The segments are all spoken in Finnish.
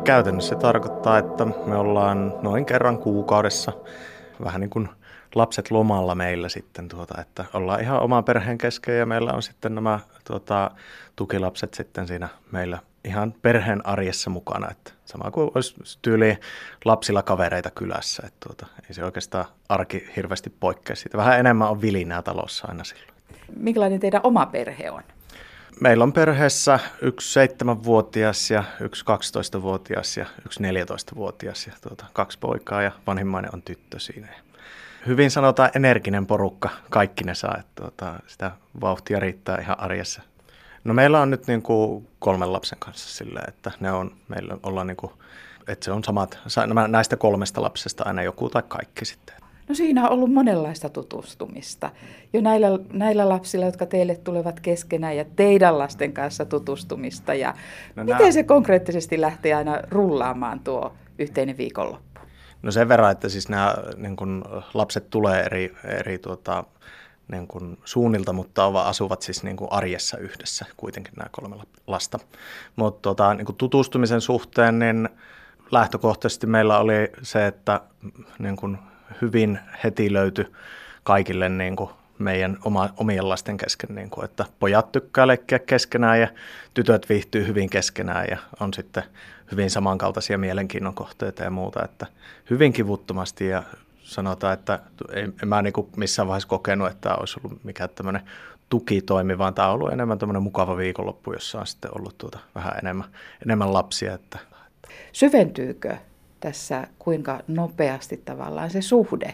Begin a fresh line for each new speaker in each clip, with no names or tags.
Käytännössä se tarkoittaa, että me ollaan noin kerran kuukaudessa vähän niin kuin lapset lomalla meillä sitten, että ollaan ihan oman perheen kesken ja meillä on sitten nämä tukilapset sitten siinä meillä ihan perheen arjessa mukana, että sama kuin olisi tyyliin lapsilla kavereita kylässä, että ei se oikeastaan arki hirveästi poikkea siitä. Vähän enemmän on vilinää talossa aina silloin.
Minkälainen teidän oma perhe on?
Meillä on perheessä yksi 7-vuotias ja yksi 12-vuotias ja yksi 14-vuotias ja 2 poikaa ja vanhimmainen on tyttö siinä. Hyvin sanotaan energinen porukka, kaikki ne saa, että sitä vauhtia riittää ihan arjessa. No meillä on nyt niin kuin 3 lapsen kanssa silleen, että meillä ollaan niin kuin, että se on samat, näistä 3 lapsesta aina joku tai kaikki sitten.
No siinä on ollut monenlaista tutustumista. Jo näillä lapsilla, jotka teille tulevat keskenään ja teidän lasten kanssa tutustumista. Ja miten se konkreettisesti lähtee aina rullaamaan tuo yhteinen viikonloppu?
No sen verran, että siis nämä niin kun lapset tulee eri niin kun suunnilta, mutta asuvat siis niin kun arjessa yhdessä kuitenkin nämä 3 lasta. Mutta niin kun tutustumisen suhteen niin lähtökohtaisesti meillä oli se, että niin kun hyvin heti löytyi kaikille niin kuin meidän omien lasten kesken, niin kuin, että pojat tykkää leikkiä keskenään ja tytöt viihtyy hyvin keskenään ja on sitten hyvin samankaltaisia mielenkiinnon kohteita ja muuta, että hyvin kivuttomasti ja sanotaan, että en mä niin kuin missään vaiheessa kokenut, että tämä olisi ollut mikään tämmöinen tukitoimi, vaan tämä on ollut enemmän tämmöinen mukava viikonloppu, jossa on sitten ollut vähän enemmän lapsia. Että.
Syventyykö tässä kuinka nopeasti tavallaan se suhde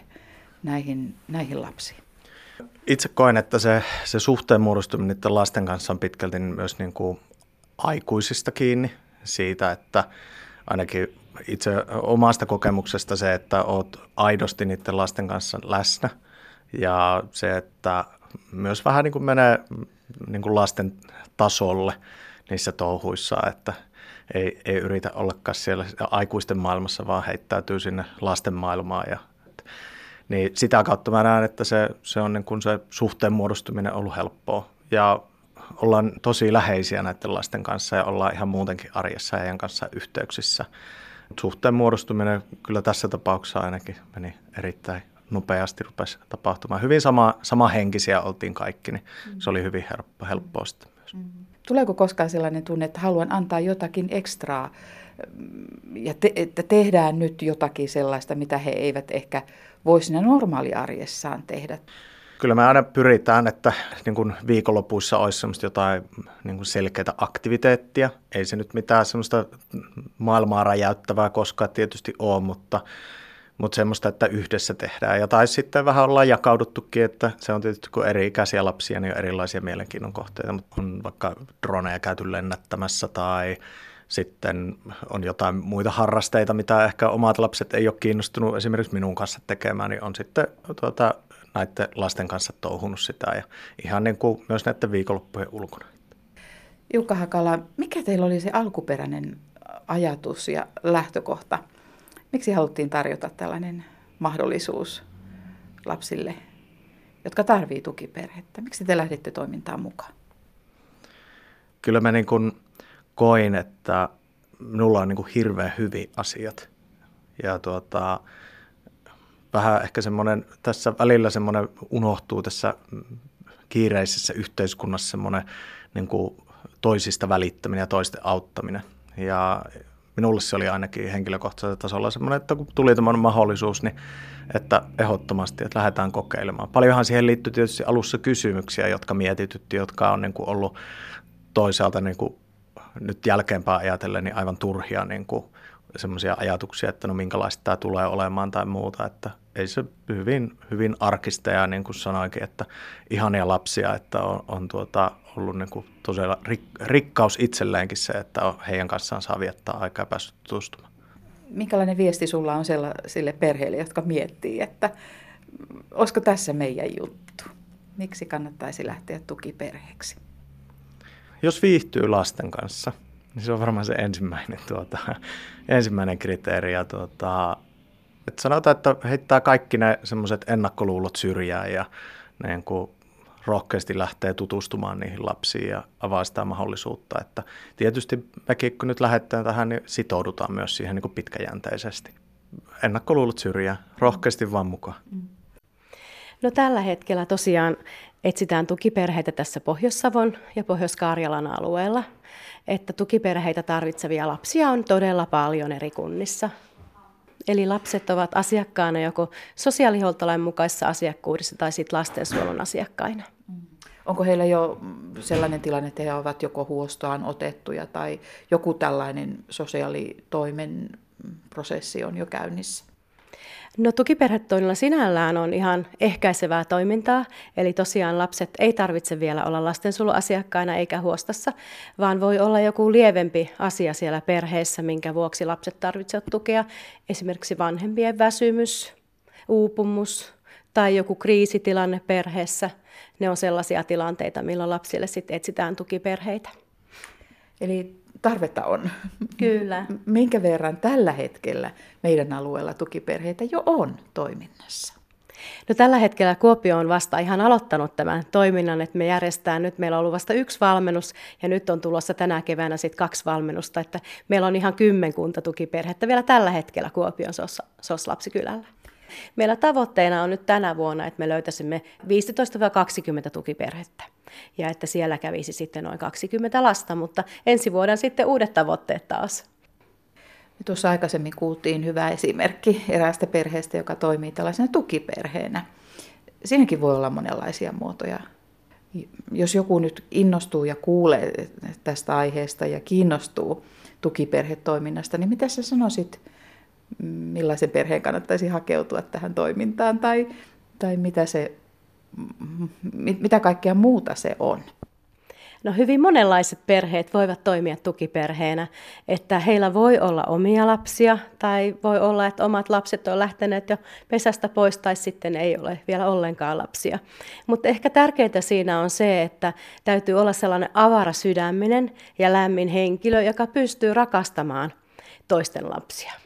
näihin lapsiin?
Itse koen, että se suhteen muodostuminen niiden lasten kanssa on pitkälti myös niin kuin aikuisista kiinni siitä, että ainakin itse omasta kokemuksesta se, että olet aidosti niiden lasten kanssa läsnä ja se, että myös vähän niin kuin menee niin kuin lasten tasolle niissä touhuissa, että ei yritä ollakaan siellä aikuisten maailmassa, vaan heittäytyy sinne lasten maailmaan. Niin sitä kautta mä näen, että se on niin kuin se suhteen muodostuminen ollut helppoa. Ja ollaan tosi läheisiä näiden lasten kanssa ja ollaan ihan muutenkin arjessa heidän kanssa yhteyksissä. Suhteen muodostuminen kyllä tässä tapauksessa ainakin meni erittäin nopeasti, rupesi tapahtumaan. Hyvin sama henkisiä oltiin kaikki, niin se oli hyvin helppoa sitten myös.
Tuleeko koskaan sellainen tunne, että haluan antaa jotakin ekstraa ja että tehdään nyt jotakin sellaista, mitä he eivät ehkä voi siinä normaaliarjessaan tehdä?
Kyllä me aina pyritään, että niin kuin viikonlopuissa olisi semmoista jotain niin kuin selkeää aktiviteettia. Ei se nyt mitään semmoista maailmaa räjäyttävää koskaan tietysti ole, mutta semmoista, että yhdessä tehdään. Ja tai sitten vähän ollaan jakauduttukin, että se on tietysti kun eri-ikäisiä lapsia, niin on erilaisia mielenkiinnon kohteita. Mutta on vaikka droneja käyty lennättämässä tai sitten on jotain muita harrasteita, mitä ehkä omat lapset ei ole kiinnostunut esimerkiksi minun kanssa tekemään, niin on sitten näiden lasten kanssa touhunut sitä ja ihan niin kuin myös näiden viikonloppujen ulkona.
Jukka Hakala, mikä teillä oli se alkuperäinen ajatus ja lähtökohta? Miksi haluttiin tarjota tällainen mahdollisuus lapsille, jotka tarvitsevat tukiperhettä? Miksi te lähditte toimintaan mukaan?
Kyllä mä niin kuin koin, että minulla on niin kuin hirveän hyviä asiat. Ja vähän ehkä semmoinen, tässä välillä semmoinen unohtuu tässä kiireisessä yhteiskunnassa semmoinen niin kuin toisista välittäminen ja toisten auttaminen. Ja minulle se oli ainakin henkilökohtaisella tasolla semmoinen, että kun tuli tämmöinen mahdollisuus, niin että ehdottomasti, että lähdetään kokeilemaan. Paljonhan siihen liittyy tietysti alussa kysymyksiä, jotka mietitytti, jotka on niin kuin ollut toisaalta niin kuin nyt jälkeenpäin ajatellen niin aivan turhia niin kuin semmoisia ajatuksia, että no minkälaista tämä tulee olemaan tai muuta, että ei se hyvin arkista ja niin kuin sanoinkin, että ihania lapsia, että on ollut niin kuin tosiaan rikkaus itselleenkin se, että heidän kanssaan saa viettää aikaa ja päässyt tutustumaan.
Minkälainen viesti sulla on sille perheelle, jotka miettii, että olisiko tässä meidän juttu? Miksi kannattaisi lähteä tukiperheeksi?
Jos viihtyy lasten kanssa, niin se on varmaan se ensimmäinen kriteeri. Ja että sanotaan, että heittää kaikki ne semmoiset ennakkoluulot syrjään ja niin kuin rohkeasti lähtee tutustumaan niihin lapsiin ja avaa sitä mahdollisuutta. Että tietysti mekin, kun nyt lähdetään tähän, niin sitoudutaan myös siihen niin kuin pitkäjänteisesti. Ennakkoluulot syrjään, rohkeasti vaan mukaan.
No tällä hetkellä tosiaan etsitään tukiperheitä tässä Pohjois-Savon ja Pohjois-Karjalan alueella, että tukiperheitä tarvitsevia lapsia on todella paljon eri kunnissa. Eli lapset ovat asiakkaana joko sosiaalihuoltolain mukaisessa asiakkuudessa tai sitten lastensuojelun asiakkaina.
Onko heillä jo sellainen tilanne, että he ovat joko huostaan otettuja tai joku tällainen sosiaalitoimen prosessi on jo käynnissä?
No tukiperhetoiminnalla sinällään on ihan ehkäisevää toimintaa, eli tosiaan lapset ei tarvitse vielä olla lastensuojeluasiakkaina eikä huostassa, vaan voi olla joku lievempi asia siellä perheessä, minkä vuoksi lapset tarvitsevat tukea, esimerkiksi vanhempien väsymys, uupumus tai joku kriisitilanne perheessä. Ne on sellaisia tilanteita, milloin lapsille sitten etsitään tukiperheitä.
Eli tarvetta on.
Kyllä.
Minkä verran tällä hetkellä meidän alueella tukiperheitä jo on toiminnassa?
No tällä hetkellä Kuopio on vasta ihan aloittanut tämän toiminnan, että me järjestetään nyt, meillä on ollut vasta 1 valmennus ja nyt on tulossa tänä keväänä sitten 2 valmennusta, että meillä on ihan 10 tukiperhettä vielä tällä hetkellä Kuopion SOS-lapsikylällä. Meillä tavoitteena on nyt tänä vuonna, että me löytäisimme 15-20 tukiperhettä ja että siellä kävisi sitten noin 20 lasta, mutta ensi vuoden sitten uudet tavoitteet taas.
Tuossa aikaisemmin kuultiin hyvä esimerkki eräästä perheestä, joka toimii tällaisena tukiperheenä. Siinäkin voi olla monenlaisia muotoja. Jos joku nyt innostuu ja kuulee tästä aiheesta ja kiinnostuu tukiperhetoiminnasta, niin mitä sä sanoisit, millaisen perheen kannattaisi hakeutua tähän toimintaan tai mitä kaikkea muuta se on?
No hyvin monenlaiset perheet voivat toimia tukiperheenä, että heillä voi olla omia lapsia tai voi olla, että omat lapset on lähteneet jo pesästä pois tai sitten ei ole vielä ollenkaan lapsia. Mutta ehkä tärkeintä siinä on se, että täytyy olla sellainen avara sydäminen ja lämmin henkilö, joka pystyy rakastamaan toisten lapsia.